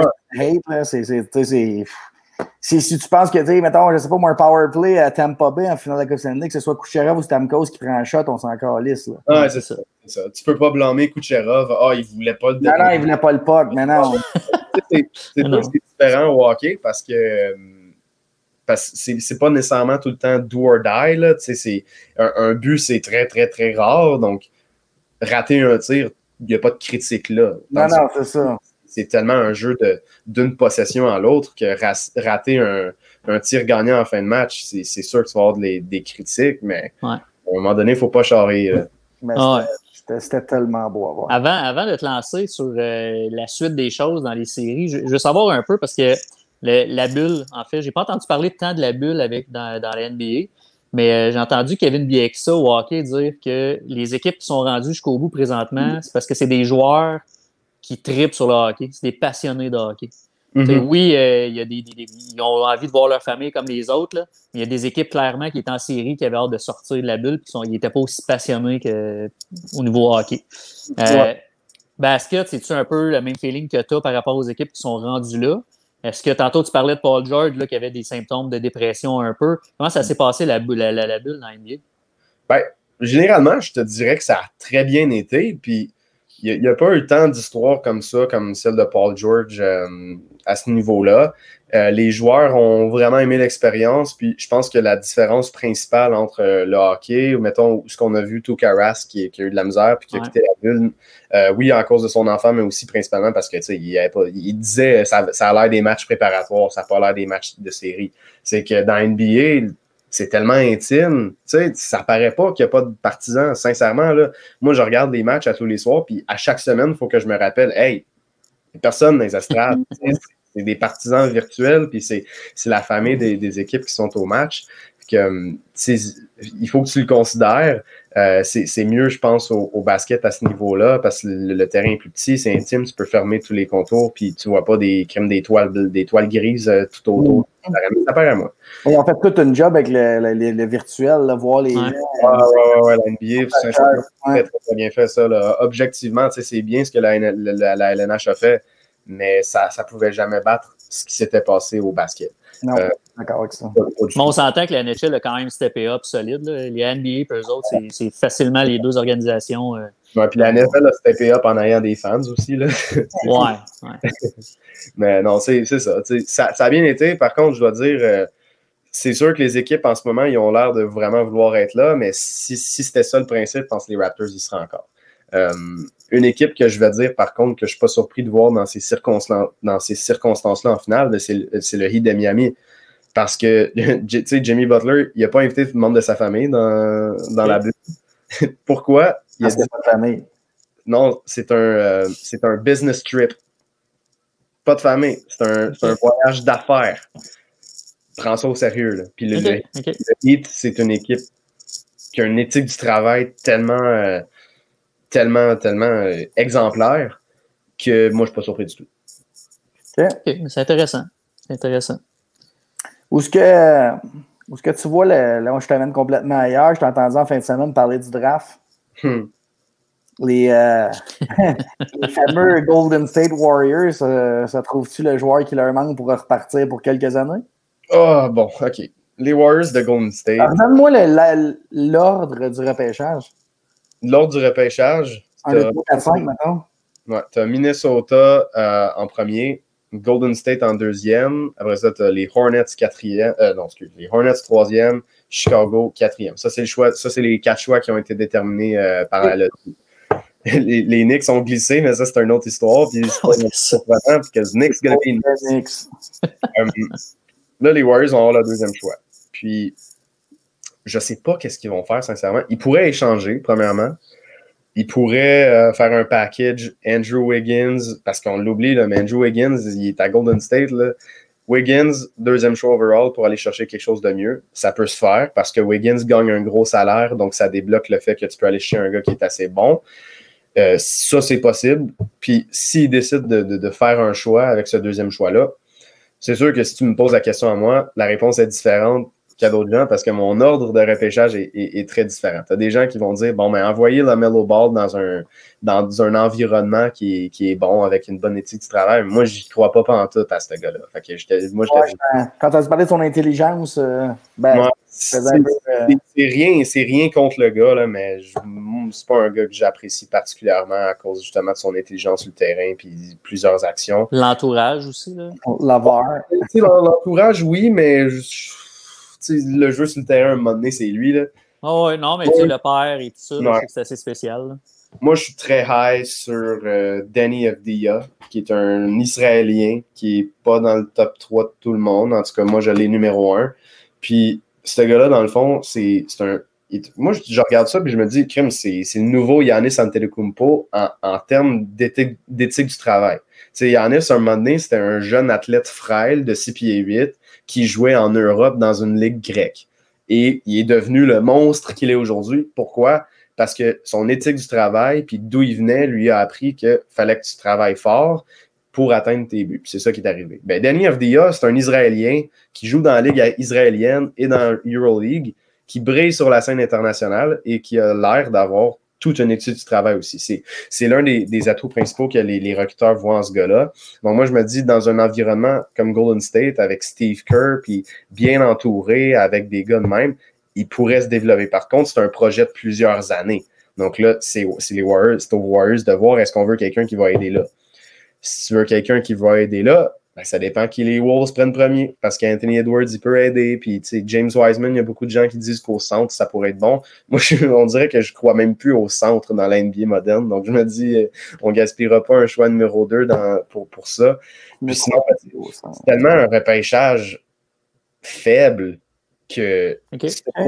Si tu penses que, mettons, je sais pas, moi, un power play à Tampa Bay en finale de la Coupe Stanley, que ce soit Kucherov ou Stamkos qui prend un shot, on s'en calisse. Ouais, c'est ça. Tu peux pas blâmer Kucherov. Il voulait pas le Non, il voulait pas le puck, mais non. C'est différent au hockey parce que c'est pas nécessairement tout le temps do or die. Là. Un but, c'est très, très, très rare. Donc, rater un tir, il n'y a pas de critique là. Non, c'est ça. C'est tellement un jeu d'une possession à l'autre que rater un tir gagnant en fin de match, c'est sûr que tu vas avoir des critiques, mais à un moment donné, il ne faut pas charrer. C'était tellement beau à voir. Avant de te lancer sur la suite des choses dans les séries, je veux savoir un peu parce que la bulle, en fait, j'ai pas entendu parler tant de la bulle dans la NBA, mais j'ai entendu Kevin Bieksa au hockey dire que les équipes qui sont rendues jusqu'au bout présentement, c'est parce que c'est des joueurs qui trippent sur le hockey. C'est des passionnés de hockey. Mm-hmm. Oui, ils ont envie de voir leur famille comme les autres, là, mais il y a des équipes clairement qui étaient en série qui avaient hâte de sortir de la bulle et ils n'étaient pas aussi passionnés qu'au niveau hockey. Basket, c'est-tu un peu le même feeling que tu as par rapport aux équipes qui sont rendues là? Est-ce que tantôt tu parlais de Paul George là, qui avait des symptômes de dépression un peu? Comment ça s'est passé la bulle dans la NBA? Ben, généralement, je te dirais que ça a très bien été. Puis il n'y a pas eu tant d'histoires comme ça, comme celle de Paul George à ce niveau-là. Les joueurs ont vraiment aimé l'expérience. Puis je pense que la différence principale entre le hockey, ou mettons ce qu'on a vu, Tuukka Rask qui a eu de la misère puis qui a quitté la bulle, oui, à cause de son enfant, mais aussi principalement parce que il disait ça a l'air des matchs préparatoires, ça n'a pas l'air des matchs de série. C'est que dans NBA, c'est tellement intime, tu sais, ça paraît pas qu'il n'y a pas de partisans, sincèrement, là. Moi, je regarde des matchs à tous les soirs, puis à chaque semaine, il faut que je me rappelle, hey, il n'y a personne dans les estrades, c'est des partisans virtuels, puis c'est la famille des équipes qui sont au match. Il faut que tu le considères. C'est mieux, je pense, au basket à ce niveau-là, parce que le terrain est plus petit, c'est intime, tu peux fermer tous les contours, puis tu vois pas des toiles grises tout autour. Ça paraît à moi. Ils ont fait toute une job avec le virtuel, là, voir les gens. Ouais, la NBA, c'est très, très bien fait ça. Là. Objectivement, c'est bien ce que la LNH a fait, mais ça ne pouvait jamais battre ce qui s'était passé au basket. Non, d'accord avec ça. Mais on s'entend que la NHL a quand même steppé up solide. Là. Les NBA et eux autres, c'est facilement les deux organisations. Ouais, puis la NFL a steppé up en ayant des fans aussi. Là. Ouais. Mais non, c'est ça. Ça a bien été. Par contre, je dois dire, c'est sûr que les équipes en ce moment, ils ont l'air de vraiment vouloir être là, mais si c'était ça le principe, je pense que les Raptors y seraient encore. Une équipe que je vais dire, par contre, que je ne suis pas surpris de voir dans ces circonstances-là en finale, c'est le Heat de Miami. Parce que, tu sais, Jimmy Butler, il n'a pas invité tout le monde de sa famille dans la bulle. Pourquoi? Parce que c'est pas de famille. Non, c'est un business trip. Pas de famille. C'est un voyage d'affaires. Prends ça au sérieux. Là. Puis le Heat, c'est une équipe qui a une éthique du travail tellement exemplaire que moi, je ne suis pas surpris du tout. Okay, c'est intéressant. Où est-ce que tu vois, là, je t'amène complètement ailleurs, je t'ai entendu en fin de semaine parler du draft. Les fameux Golden State Warriors, ça trouve-tu le joueur qui leur manque pour repartir pour quelques années? Ah, bon, OK. Les Warriors de Golden State. Donne-moi l'ordre du repêchage. L'ordre du repêchage. 1, 2, 3, 4, 5, maintenant. Ouais, tu as Minnesota en premier, Golden State en deuxième. Après ça, tu as les Hornets quatrième. Les Hornets troisième, Chicago quatrième. Ça, c'est le choix. Ça, c'est les 4 choix qui ont été déterminés par la loterie. Les Knicks ont glissé, mais ça, c'est une autre histoire. Puis c'est pas surprenant, parce que les Knicks gonna be Knicks. Là, les Warriors vont avoir le deuxième choix. Puis, je sais pas qu'est-ce qu'ils vont faire, sincèrement. Ils pourraient échanger, premièrement. Ils pourraient faire un package Andrew Wiggins, parce qu'on l'oublie, là, mais Andrew Wiggins, il est à Golden State. Là. Wiggins, deuxième choix overall pour aller chercher quelque chose de mieux. Ça peut se faire parce que Wiggins gagne un gros salaire, donc ça débloque le fait que tu peux aller chercher un gars qui est assez bon. Ça, c'est possible. Puis, s'il décide de faire un choix avec ce deuxième choix-là, c'est sûr que si tu me poses la question à moi, la réponse est différente qu'à d'autres gens parce que mon ordre de repêchage est très différent. Tu as des gens qui vont dire, bon, mais envoyez LaMelo Ball dans un environnement qui est bon, avec une bonne éthique du travail. Moi, j'y crois pas pantoute à ce gars-là. Fait que quand tu as parlé de son intelligence, c'est rien contre le gars, là, mais c'est pas un gars que j'apprécie particulièrement à cause justement de son intelligence sur le terrain puis plusieurs actions. L'entourage aussi, là. L'entourage, oui, mais le jeu sur le terrain, à un moment donné, c'est lui, là. Oh, ouais, non, mais tu sais, le père et tout ça, là, je sais que c'est assez spécial, là. Moi, je suis très high sur Danny Avdija, qui est un Israélien qui n'est pas dans le top 3 de tout le monde. En tout cas, moi, je l'ai numéro 1. Puis, ce gars-là, dans le fond, c'est un... Moi, je regarde ça et je me dis, crème, c'est le nouveau Giannis Antetokounmpo en termes d'éthique du travail. Tu sais, Giannis, à un moment donné, c'était un jeune athlète frêle de 6 pieds 8 qui jouait en Europe dans une ligue grecque. Et il est devenu le monstre qu'il est aujourd'hui. Pourquoi? Parce que son éthique du travail, puis d'où il venait, lui a appris qu'il fallait que tu travailles fort pour atteindre tes buts. Puis c'est ça qui est arrivé. Ben, Danny Avdija, c'est un Israélien qui joue dans la Ligue israélienne et dans l'Euroleague, qui brille sur la scène internationale et qui a l'air d'avoir toute une étude du travail aussi. C'est l'un des atouts principaux que les recruteurs voient en ce gars-là. Donc moi, je me dis, dans un environnement comme Golden State, avec Steve Kerr, puis bien entouré, avec des gars de même, il pourrait se développer. Par contre, c'est un projet de plusieurs années. Donc là, c'est aux Warriors de voir est-ce qu'on veut quelqu'un qui va aider là. Si tu veux quelqu'un qui va aider là, ben, ça dépend qui les Wolves prennent premier. Parce qu'Anthony Edwards, il peut aider. Puis, tu sais, James Wiseman, il y a beaucoup de gens qui disent qu'au centre, ça pourrait être bon. Moi, on dirait que je crois même plus au centre dans la NBA moderne. Donc, je me dis, on gaspillera pas un choix numéro 2 pour ça. Puis sinon, c'est tellement un repêchage faible que tu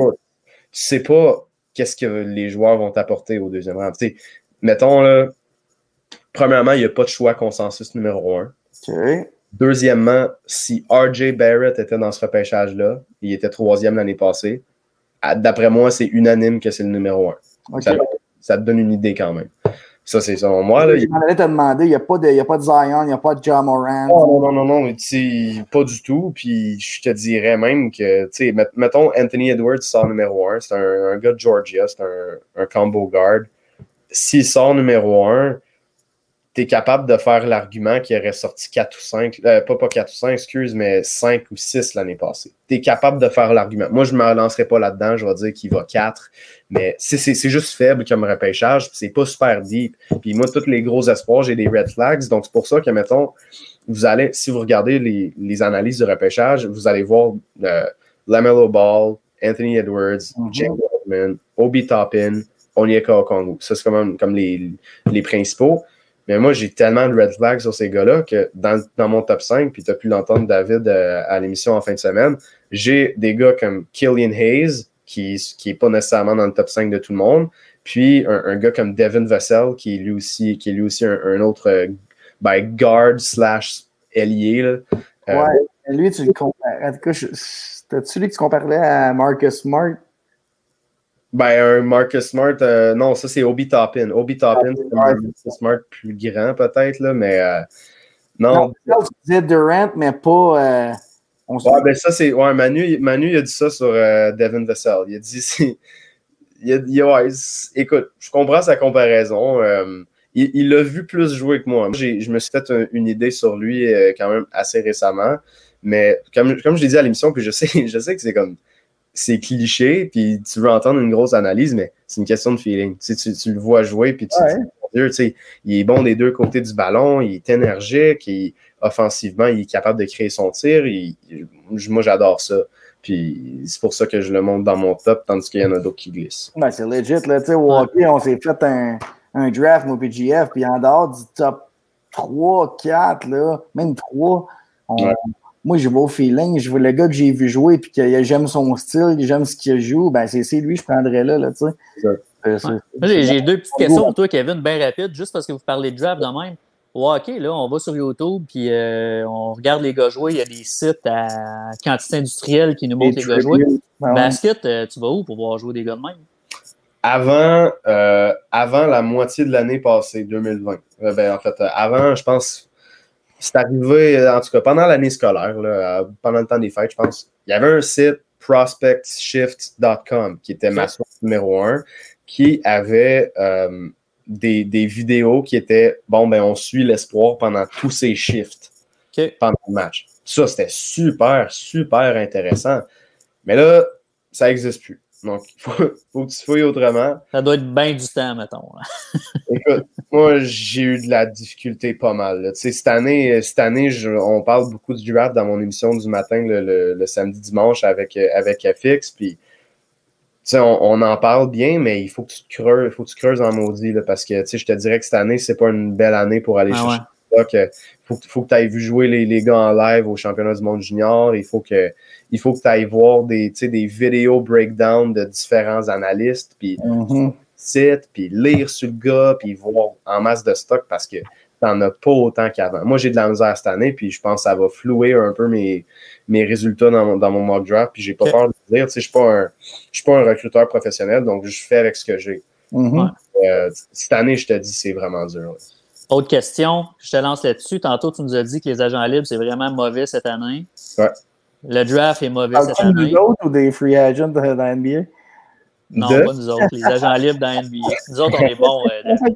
sais pas qu'est-ce que les joueurs vont t'apporter au deuxième round. Tu sais, mettons, là, premièrement, il n'y a pas de choix consensus numéro 1. Okay. Deuxièmement, si R.J. Barrett était dans ce repêchage-là, il était 3e l'année passée, d'après moi, c'est unanime que c'est le numéro 1. Okay. Ça te donne une idée quand même. Ça, c'est selon moi. Là, je m'en allais te demander, il n'y a pas de Zion, il n'y a pas de Ja Morant. Non, pas du tout. Puis je te dirais même que, tu sais, mettons, Anthony Edwards sort numéro 1, c'est un gars de Georgia, c'est un combo guard. S'il sort numéro 1, tu es capable de faire l'argument qu'il aurait sorti 4 ou 5, pas 4 ou 5, excuse, mais 5 ou 6 l'année passée. Tu es capable de faire l'argument. Moi, je ne me lancerai pas là-dedans, je vais dire qu'il va 4, mais c'est juste faible comme repêchage, c'est pas super deep. Puis moi, tous les gros espoirs, j'ai des red flags, donc c'est pour ça que, mettons, vous allez, si vous regardez les analyses de repêchage, vous allez voir LaMelo Ball, Anthony Edwards, James Harden, Obi Toppin, Onyeka Okongwu. Ça, c'est comme les principaux. Mais moi, j'ai tellement de red flags sur ces gars-là que dans mon top 5, puis tu as pu l'entendre, David, à l'émission en fin de semaine, j'ai des gars comme Killian Hayes, qui est pas nécessairement dans le top 5 de tout le monde, puis un gars comme Devin Vassell, qui est lui aussi un autre guard / ailier. Là. Ouais, lui, tu le comparais. En tout cas, c'était-tu lui que tu comparais à Marcus Smart? Ben, un Marcus Smart, non, ça c'est Obi Toppin. Obi Toppin, c'est un Marcus Smart plus grand peut-être, là, mais non. Tu disais Durant, mais pas. Ben ça c'est. Ouais, Manu, il a dit ça sur Devin Vassell. Il a dit. Écoute, je comprends sa comparaison. Il l'a vu plus jouer que moi. Je me suis fait une idée sur lui quand même assez récemment. Mais comme je l'ai dit à l'émission, puis je sais que c'est comme. C'est cliché, puis tu veux entendre une grosse analyse, mais c'est une question de feeling. Tu le vois jouer, puis tu sais, il est bon des deux côtés du ballon, il est énergique, offensivement, il est capable de créer son tir. Moi, j'adore ça. Puis c'est pour ça que je le monte dans mon top, tandis qu'il y en a d'autres qui glissent. Ouais, c'est legit. Là, au hockey, on s'est fait un draft, mon PGF, puis en dehors du top 3, 4, là, même 3, moi, je vais au feeling. Je vois le gars que j'ai vu jouer puis que j'aime son style, j'aime ce qu'il joue. Ben, c'est lui, je prendrais là, tu sais. J'ai deux petites questions pour toi, Kevin, bien rapides, juste parce que vous parlez de draft de même. Au hockey, là, on va sur YouTube puis on regarde les gars jouer. Il y a des sites à quantité industrielle qui nous montrent les gars jouer. Basket, tu vas où pour voir jouer des gars de même? Avant la moitié de l'année passée, 2020. En fait, avant, je pense... c'est arrivé, en tout cas, pendant l'année scolaire, là, pendant le temps des fêtes, je pense. Il y avait un site, prospectshift.com, qui était ma source numéro 1, qui avait des vidéos qui étaient, bon, ben, on suit l'espoir pendant tous ces shifts pendant le match. Ça, c'était super, super intéressant. Mais là, ça n'existe plus. Donc, il faut que tu fouilles autrement. Ça doit être bien du temps, mettons. Écoute, moi, j'ai eu de la difficulté pas mal. Tu sais, cette année on parle beaucoup du draft dans mon émission du matin, le samedi-dimanche avec FX. Puis, tu sais, on en parle bien, mais il faut que tu creuses en maudit. Là, parce que, tu sais, je te dirais que cette année, c'est pas une belle année pour aller chercher. Il faut que tu ailles vu jouer les gars en live au championnat du monde junior. Il faut que tu ailles voir des vidéos breakdown de différents analystes, puis sites, puis lire sur le gars, puis voir en masse de stock parce que t'en as pas autant qu'avant. Moi, j'ai de la misère cette année, puis je pense que ça va flouer un peu mes résultats dans mon mock draft, puis j'ai pas peur de le dire. Tu sais, je suis pas un recruteur professionnel, donc je fais avec ce que j'ai. Cette année, je te dis, c'est vraiment dur. Là. Autre question, je te lance là-dessus. Tantôt, tu nous as dit que les agents libres, c'est vraiment mauvais cette année. Ouais. Le draft est mauvais cette année. Nous autres ou des free agents dans la NBA? Non, pas nous autres. Les agents libres dans la NBA. Nous autres, on est bons.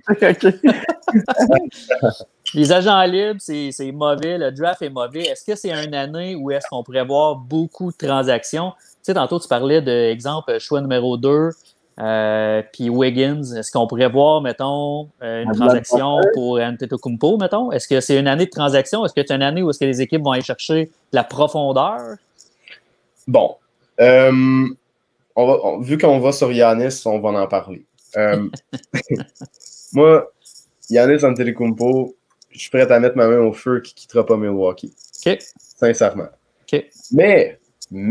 Les agents libres, c'est mauvais. Le draft est mauvais. Est-ce que c'est une année où est-ce qu'on pourrait voir beaucoup de transactions? Tu sais, tantôt, tu parlais d'exemple, choix numéro 2, puis Wiggins. Est-ce qu'on pourrait voir, mettons, une transaction pour Antetokounmpo, mettons? Est-ce que c'est une année de transaction? Est-ce que c'est une année où est-ce que les équipes vont aller chercher la profondeur? Bon. Vu qu'on va sur Giannis, on va en parler. Moi, Giannis Antetokounmpo, je suis prêt à mettre ma main au feu qui ne quittera pas Milwaukee. Sincèrement. Mais,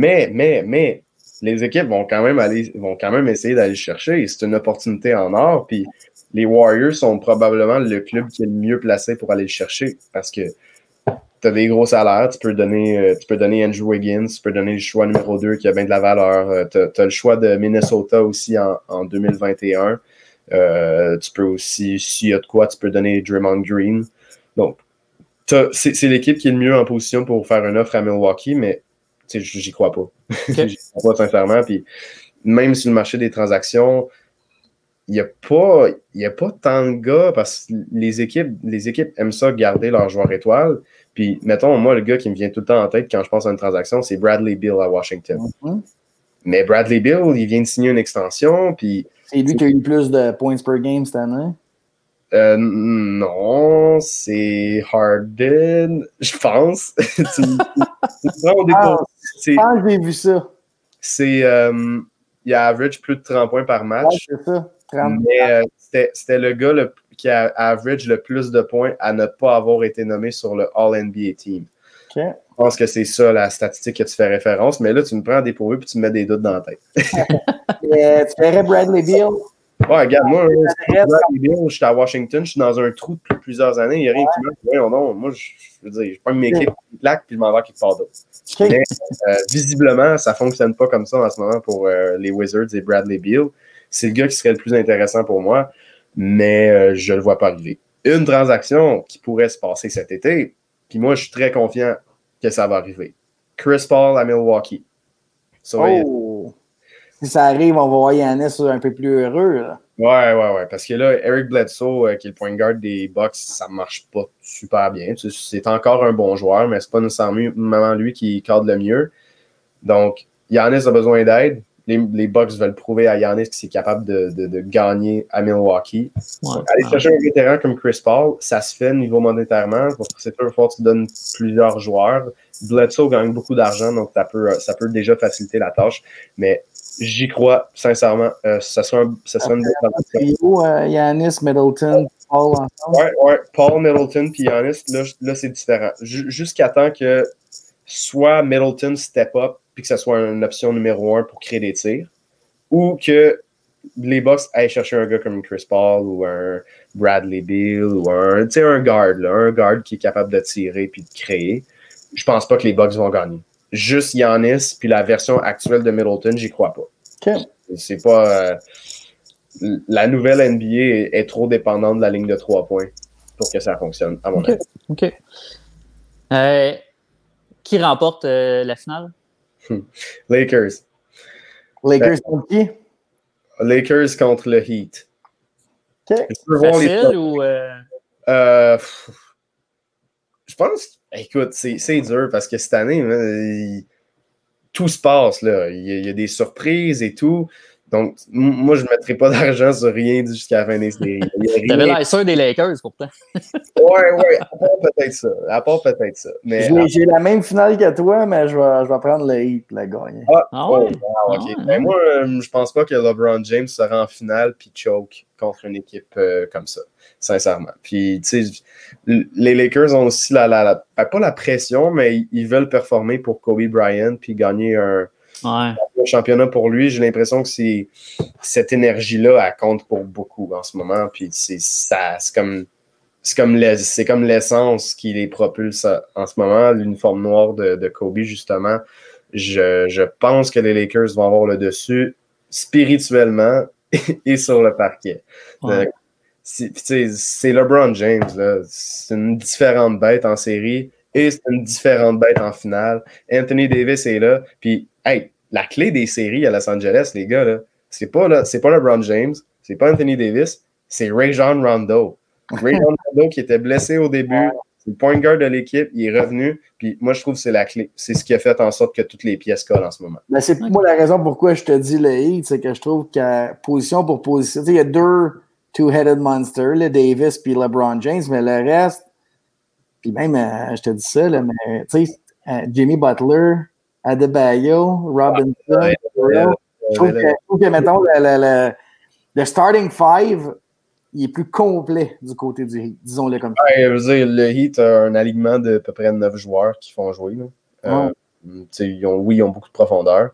les équipes vont quand même essayer d'aller le chercher. C'est une opportunité en or. Puis les Warriors sont probablement le club qui est le mieux placé pour aller le chercher parce que tu as des gros salaires. Tu peux donner Andrew Wiggins, tu peux donner le choix numéro 2 qui a bien de la valeur. Tu as le choix de Minnesota aussi en 2021. Tu peux aussi, s'il y a de quoi, tu peux donner Draymond Green. Donc, c'est l'équipe qui est le mieux en position pour faire une offre à Milwaukee, mais j'y crois pas. J'y crois pas sincèrement. Puis même sur le marché des transactions, il n'y a pas tant de gars parce que les équipes aiment ça garder leurs joueurs étoiles. Puis, mettons, moi, le gars qui me vient tout le temps en tête quand je pense à une transaction, c'est Bradley Beal à Washington. Mais Bradley Beal, il vient de signer une extension. Puis c'est lui qui a eu le plus de points per game cette année? Non, c'est Harden, je pense. Je pense que j'ai vu ça. Il a average plus de 30 points par match. Ouais, c'est ça. 30. Mais c'était le gars qui a average le plus de points à ne pas avoir été nommé sur le All-NBA Team. Je pense que c'est ça la statistique que tu fais référence, mais là, tu me prends des dépourvu et tu me mets des doutes dans la tête. Tu verrais Bradley Beal? Ouais, regarde, moi, je suis à Washington, je suis dans un trou depuis plusieurs années, il n'y a rien qui marche. Non, moi, je veux dire, je prends une équipe qui claque puis je m'en vais quelque part d'autre. Mais visiblement, ça ne fonctionne pas comme ça en ce moment pour les Wizards et Bradley Beal. C'est le gars qui serait le plus intéressant pour moi, mais je ne le vois pas arriver. Une transaction qui pourrait se passer cet été, puis moi, je suis très confiant que ça va arriver. Chris Paul à Milwaukee. Si ça arrive, on va voir Giannis un peu plus heureux. Là. Ouais. Parce que là, Eric Bledsoe, qui est le point guard des Bucks, ça marche pas super bien. C'est encore un bon joueur, mais c'est pas nécessairement lui qui cadre le mieux. Donc, Giannis a besoin d'aide. Les Bucks veulent prouver à Giannis qu'il est capable de gagner à Milwaukee. Aller chercher un vétéran comme Chris Paul, ça se fait niveau monétairement. C'est sûr qu'il tu donnes plusieurs joueurs. Bledsoe gagne beaucoup d'argent, donc ça peut déjà faciliter la tâche. Mais j'y crois, sincèrement. Ça sera une bonne transaction. Giannis, Middleton, Paul ensemble. Ouais. Paul, Middleton puis Giannis, là c'est différent. Jusqu'à temps que soit Middleton step up puis que ce soit une option numéro 1 pour créer des tirs, ou que les Bucks aillent chercher un gars comme Chris Paul ou un Bradley Beal ou un guard qui est capable de tirer puis de créer. Je pense pas que les Bucks vont gagner. Juste Giannis puis la version actuelle de Middleton, j'y crois pas. C'est pas... la nouvelle NBA est trop dépendante de la ligne de 3 points pour que ça fonctionne, à mon avis. OK. Qui remporte la finale? Lakers. Lakers contre qui? Lakers contre le Heat. Okay. Facile ou... Je pense, écoute, c'est dur parce que cette année, tout se passe. Là. Il y a des surprises et tout. Donc, moi, je ne mettrai pas d'argent sur rien jusqu'à la fin des séries. T'avais l'air sûr des Lakers, pourtant. Ouais, à part peut-être ça. Mais, j'ai la même finale que toi, mais je vais prendre le Heat, le gagnant. Ouais. OK. Ben, moi, je pense pas que LeBron James sera en finale puis choke contre une équipe comme ça, sincèrement. Puis, tu sais, les Lakers ont aussi pas la pression, mais ils veulent performer pour Kobe Bryant puis gagner un championnat pour lui. J'ai l'impression que cette énergie-là, elle compte pour beaucoup en ce moment. Puis c'est comme l'essence qui les propulse en ce moment. L'uniforme noir de Kobe, justement. Je pense que les Lakers vont avoir le dessus spirituellement et sur le parquet. Ouais. C'est LeBron James. Là. C'est une différente bête en série. Et c'est une différente bête en finale. Anthony Davis est là. Puis, hey, la clé des séries à Los Angeles, les gars, là, c'est pas LeBron James, c'est pas Anthony Davis, c'est Rajon Rondo. Rajon Rondo qui était blessé au début, c'est le point guard de l'équipe, il est revenu. Puis moi, je trouve que c'est la clé. C'est ce qui a fait en sorte que toutes les pièces collent en ce moment. Ben, c'est moi la raison pourquoi je te dis le Heat, c'est que je trouve que position pour position, il y a deux two-headed monsters, le Davis puis LeBron James, mais le reste, puis même, je te dis ça, là, mais tu sais, Jimmy Butler, Adebayo, Robinson, je trouve que, mettons, le starting five, il est plus complet du côté du Heat, disons-le comme ça. Ouais, je veux dire, le Heat a un alignement de à peu près 9 joueurs qui font jouer. Ils ont beaucoup de profondeur.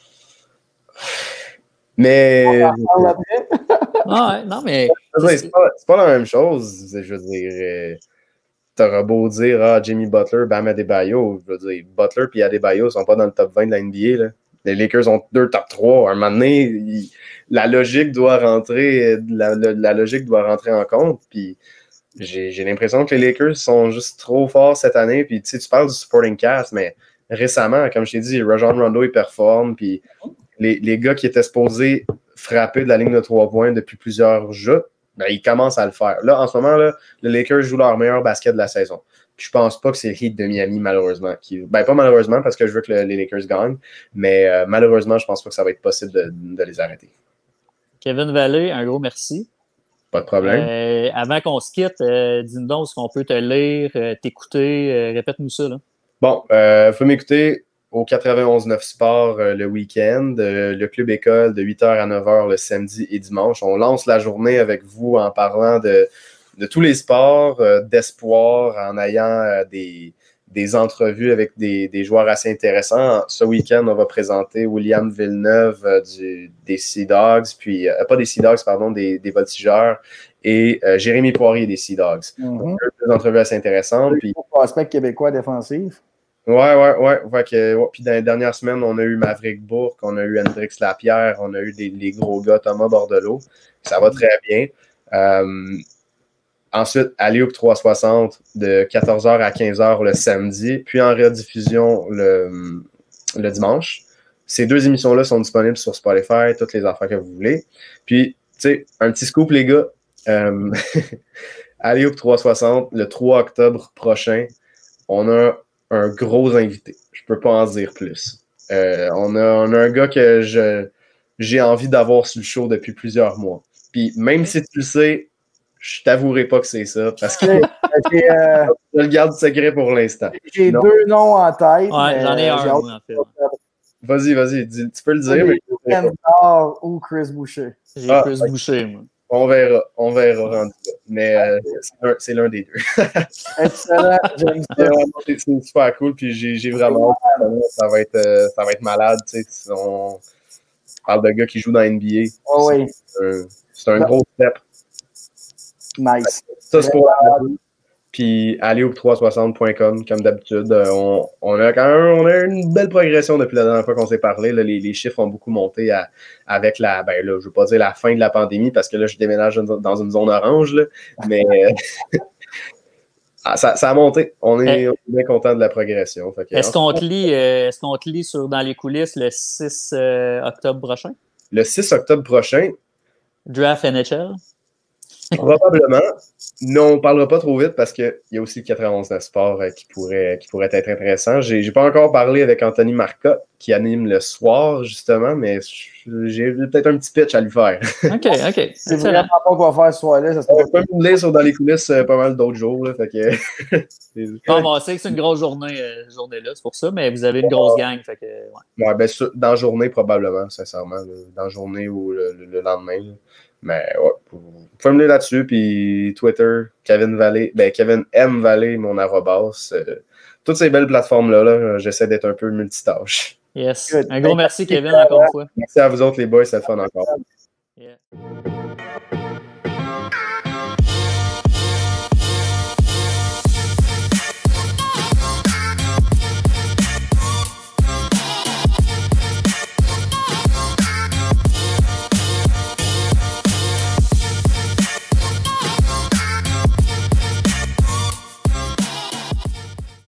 Mais. Non, mais. C'est pas la même chose. Je veux dire. T'auras beau dire Jimmy Butler, Bam Adebayo. Je veux dire, Butler et Adebayo ne sont pas dans le top 20 de la NBA. Là. Les Lakers ont 2 top 3. À un moment donné, la logique doit rentrer, la logique doit rentrer en compte. Puis j'ai l'impression que les Lakers sont juste trop forts cette année. Puis tu parles du supporting cast, mais récemment, comme je t'ai dit, Rajon Rondo il performe. Puis les gars qui étaient supposés frapper de la ligne de 3 points depuis plusieurs jeux, ben, ils commencent à le faire. Là, en ce moment, là, les Lakers jouent leur meilleur basket de la saison. Puis je pense pas que c'est le Heat de Miami, malheureusement. Ben, pas malheureusement, parce que je veux que les Lakers gagnent, mais malheureusement, je pense pas que ça va être possible de les arrêter. Kevin Vallée, un gros merci. Pas de problème. Avant qu'on se quitte, dis-nous donc ce qu'on peut te lire, t'écouter. Répète-nous ça. Là. Bon, faut m'écouter au 91.9 Sport le week-end, le Club École de 8h à 9h le samedi et dimanche. On lance la journée avec vous en parlant de tous les sports, d'espoir, en ayant des entrevues avec des joueurs assez intéressants. Ce week-end, on va présenter William Villeneuve des Sea Dogs, puis pas des Sea Dogs, pardon, des Voltigeurs, et Jérémy Poirier des Sea Dogs. Donc, deux entrevues assez intéressantes. Puis prospect québécois défensif. Ouais. Puis dans les dernières semaines, on a eu Maverick Bourque, on a eu Hendrix Lapierre, on a eu les gros gars, Thomas Bordelot. Ça va très bien. Ensuite, Alley-Oop 360 de 14h à 15h le samedi, puis en rediffusion le dimanche. Ces 2 émissions-là sont disponibles sur Spotify, toutes les affaires que vous voulez. Puis, tu sais, un petit scoop, les gars. Alley-Oop 360, le 3 octobre prochain, on a un gros invité. Je peux pas en dire plus. On a un gars que j'ai envie d'avoir sur le show depuis plusieurs mois. Puis même si tu le sais, je t'avouerai pas que c'est ça parce que je le garde secret pour l'instant. J'ai 2 noms en tête. Ouais, j'en ai un, moi, en fait. Vas-y, tu peux le dire. Ken ou Chris Boucher. J'ai Chris Boucher, moi. On verra rendu là. Mais c'est l'un des deux. Excellent, j'aime ça. C'est super cool, puis j'ai vraiment ça va être malade. Tu sais, on parle de gars qui jouent dans NBA. Oh, oui. C'est un gros step. Nice. Ça, c'est pour puis alleyhoop360.com, comme d'habitude. On a une belle progression depuis la dernière fois qu'on s'est parlé. Là, les chiffres ont beaucoup monté avec la, ben là, je ne veux pas dire la fin de la pandémie parce que là, je déménage dans une zone orange, là, mais Ça a monté. On est bien content de la progression. Est-ce qu'on te lit dans les coulisses le 6 octobre prochain? Le 6 octobre prochain. Draft NHL? Probablement. Non, on ne parlera pas trop vite parce qu'il y a aussi le 91 Sport qui pourrait être intéressant. J'ai pas encore parlé avec Anthony Marcotte qui anime le soir, justement, mais j'ai peut-être un petit pitch à lui faire. OK. C'est vraiment pas quoi faire ce soir-là. On peut me lire sur Dans les coulisses pas mal d'autres jours. Là, fait que... on sait que c'est une grosse journée-là, c'est pour ça, mais vous avez une grosse gang. Fait que, ouais, ben, dans la journée, probablement, sincèrement. Dans la journée ou le lendemain. Là. Mais ouais, vous pouvez me lire là-dessus. Puis Twitter, Kevin M. Vallée, mon arrobas. Toutes ces belles plateformes-là, j'essaie d'être un peu multitâche. Yes. Un gros merci, Kevin, encore une fois. Merci à vous autres, les boys, c'est le fun encore. Yeah.